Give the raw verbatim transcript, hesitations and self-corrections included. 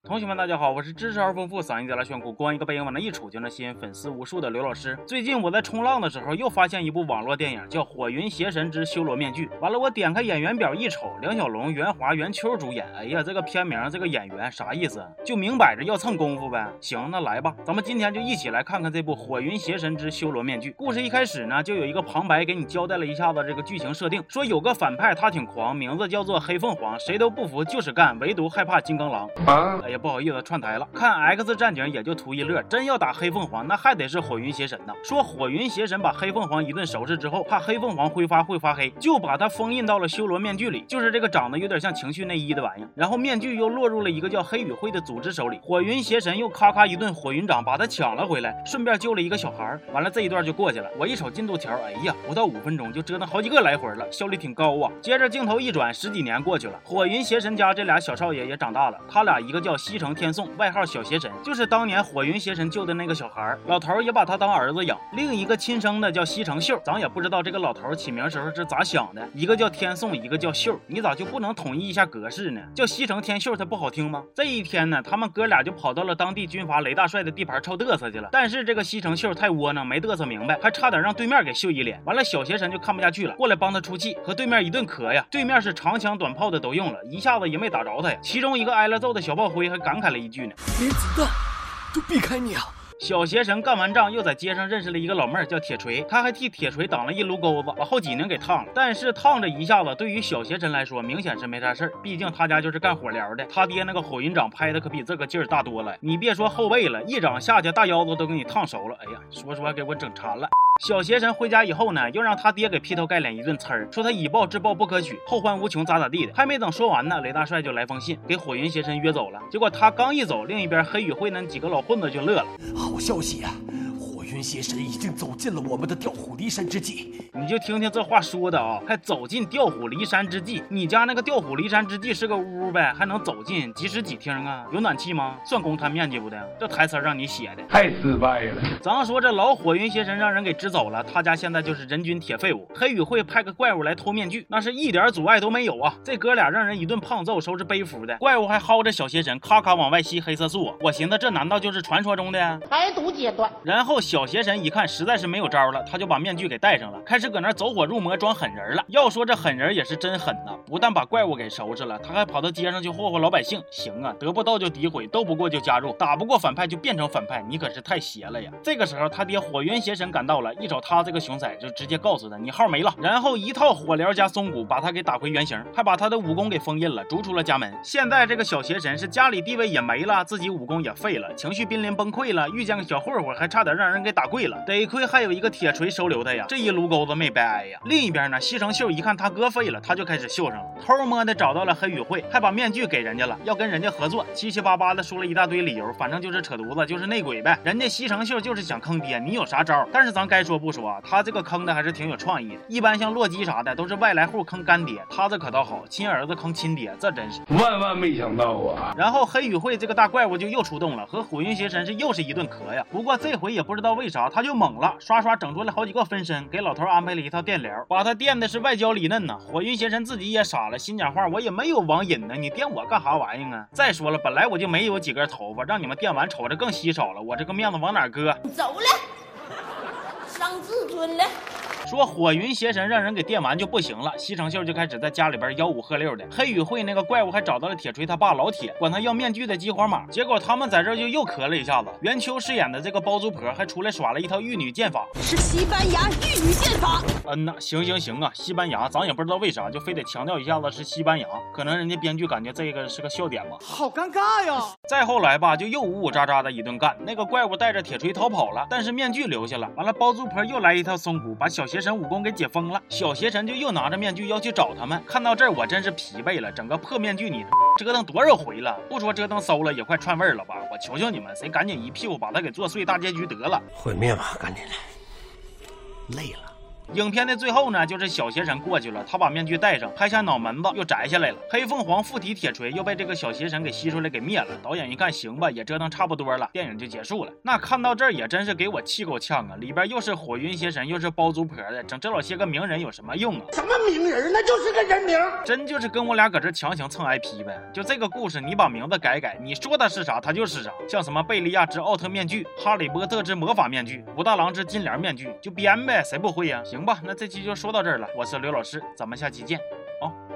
同学们大家好，我是知识而丰富嗓音贼拉炫酷光一个背影往那一杵就能吸引粉丝无数的刘老师。最近我在冲浪的时候又发现一部网络电影叫《火云邪神之修罗面具》，完了我点开演员表一瞅，梁小龙、袁华、袁秋主演。哎呀，这个片名这个演员啥意思？就明摆着要蹭功夫呗。行，那来吧，咱们今天就一起来看看这部《火云邪神之修罗面具》。故事一开始呢，就有一个旁白给你交代了一下子这个剧情设定，说有个反派他挺狂，名字叫做黑凤凰，谁都不服就是干，唯独害怕金刚狼。啊、哎呀，不好意思串台了。看 X 战警也就图一乐，真要打黑凤凰，那还得是火云邪神呢。说火云邪神把黑凤凰一顿收拾之后，怕黑凤凰挥发会发黑，就把它封印到了修罗面具里，就是这个长得有点像情趣内衣的玩意儿。然后面具又落入了一个叫黑羽会的组织手里，火云邪神又咔咔一顿火云掌把它抢了回来，顺便救了一个小孩。完了这一段就过去了。我一瞅进度条，哎呀，不到五分钟就折腾好几个来回了，效率挺高啊。接着镜头一转，十几年过去了，火云邪神家这俩小少爷也长大了，他俩一个叫西城天颂，外号小邪神，就是当年火云邪神救的那个小孩，老头也把他当儿子养。另一个亲生的叫西城秀，咱也不知道这个老头起名时候是咋想的，一个叫天颂，一个叫秀，你咋就不能统一一下格式呢？叫西城天秀他不好听吗？这一天呢，他们哥俩就跑到了当地军阀雷大帅的地盘臭嘚瑟去了，但是这个西城秀太窝囊，没嘚瑟明白，还差点让对面给秀一脸。完了小邪神就看不下去了，过来帮他出气，和对面一顿磕呀。对面是长枪短炮的都用了，一下子也没打着他呀。其中一个挨了揍的小炮灰还感慨了一句呢， 连子弹都避开你啊。 小邪神干完仗又在街上认识了一个老妹儿叫铁锤，他还替铁锤挡了一炉钩子，把后脊梁给烫了。但是烫着一下子对于小邪神来说明显是没啥事儿，毕竟他家就是干火疗的，他爹那个火云掌拍的可比这个劲儿大多了。你别说后背了，一掌下去大腰子都给你烫熟了。哎呀，说说给我整馋了。小邪神回家以后呢，又让他爹给劈头盖脸一顿呲儿，说他以暴制暴不可取，后患无穷咋咋地的。还没等说完呢，雷大帅就来封信给火云邪神约走了。结果他刚一走，另一边黑羽会那几个老混子就乐了。 好消息啊，火云邪神已经走进了我们的调虎离山之计。 你就听听这话说的啊，还走进调虎离山之计？你家那个调虎离山之计是个屋呗，还能走进？几室几厅啊？有暖气吗？算公摊面积不的？这台词让你写的太失败了。 咱说这老火云邪神让人给支走了，他家现在就是人均铁废物。黑羽会派个怪物来偷面具，那是一点阻碍都没有啊！这哥俩让人一顿胖揍，收拾背服的。怪物还薅着小邪神，咔咔往外吸黑色素。我寻思这难道就是传说中的排毒阶段？ 然后小邪神一看实在是没有招了，他就把面具给戴上了，开始搁那走火入魔装狠人了。要说这狠人也是真狠呐，不但把怪物给收拾了，他还跑到街上去霍霍老百姓。行啊，得不到就诋毁，斗不过就加入，打不过反派就变成反派，你可是太邪了呀！这个时候他爹火云邪神赶到了，一瞅他这个熊仔就直接告诉他你号没了，然后一套火疗加松骨把他给打回原形，还把他的武功给封印了，逐出了家门。现在这个小邪神是家里地位也没了，自己武功也废了，情绪濒临崩溃了，遇见个小混混还差点让人给打跪了，得亏还有一个铁锤收留他呀，这一炉钩子没白挨呀。另一边呢，西城秀一看他哥废了，他就开始秀上了，偷摸的找到了黑羽会，还把面具给人家了，要跟人家合作，七七八八的说了一大堆理由，反正就是扯犊子，就是内鬼呗。人家西城秀就是想坑爹，你有啥招？但是咱该说不说啊，他这个坑的还是挺有创意的。一般像洛基啥的都是外来户坑干爹，他这可倒好，亲儿子坑亲爹，这真是万万没想到啊。 然后黑羽会这个大怪物就又出动了，和火云邪神是又是一顿磕呀。不过这回也不知道为啥他就猛了，刷刷整出来好几个分身，给老头安排了一套电疗，把他电的是外焦里嫩呢。火云邪神自己也傻了，心讲话我也没有网瘾呢，你电我干啥玩意啊？再说了，本来我就没有几根头发，让你们电完瞅着更稀少了，我这个面子往哪搁？ 走了，伤自尊了。 说火云邪神让人给电完就不行了，西城秀就开始在家里边吆五喝六的。黑羽会那个怪物还找到了铁锤他爸老铁，管他要面具的激活码。结果他们在这就又咳了一下子。袁秋饰演的这个包租婆还出来耍了一套玉女剑法， 是西班牙玉女剑法。 嗯呐，行行行啊，西班牙，咱也不知道为啥就非得强调一下子是西班牙，可能人家编剧感觉这个是个笑点吧。 好尴尬呀！ 再后来吧，就又呜呜喳喳的一顿干，那个怪物带着铁锤逃跑了，但是面具留下了。完了，包租婆又来一套松骨，把小邪神武功给解封了。小邪神就又拿着面具要去找他们。看到这儿我真是疲惫了，整个破面具你折腾多少回了？不说折腾馊了，也快串味了吧？我求求你们，谁赶紧一屁股把他给做碎，大结局得了。 毁灭吧，赶紧的。累了影片的最后呢，就是小邪神过去了，他把面具戴上，拍下脑门子又摘下来了，黑凤凰附体铁锤又被这个小邪神给吸出来给灭了。导演一看行吧，也折腾差不多了，电影就结束了。那看到这儿也真是给我气够呛啊！里边又是火云邪神，又是包租婆的，整这老些个名人有什么用啊？ 什么名人？那就是个人名， 真就是跟我俩搁这强行蹭 I P 呗。就这个故事，你把名字改改，你说它是啥，它就是啥。像什么贝利亚之奥特面具、哈利波特之魔法面具、武大郎之金莲面具，就编呗，谁不会呀？行吧，那这期就说到这儿了。我是刘老师，咱们下期见。哦。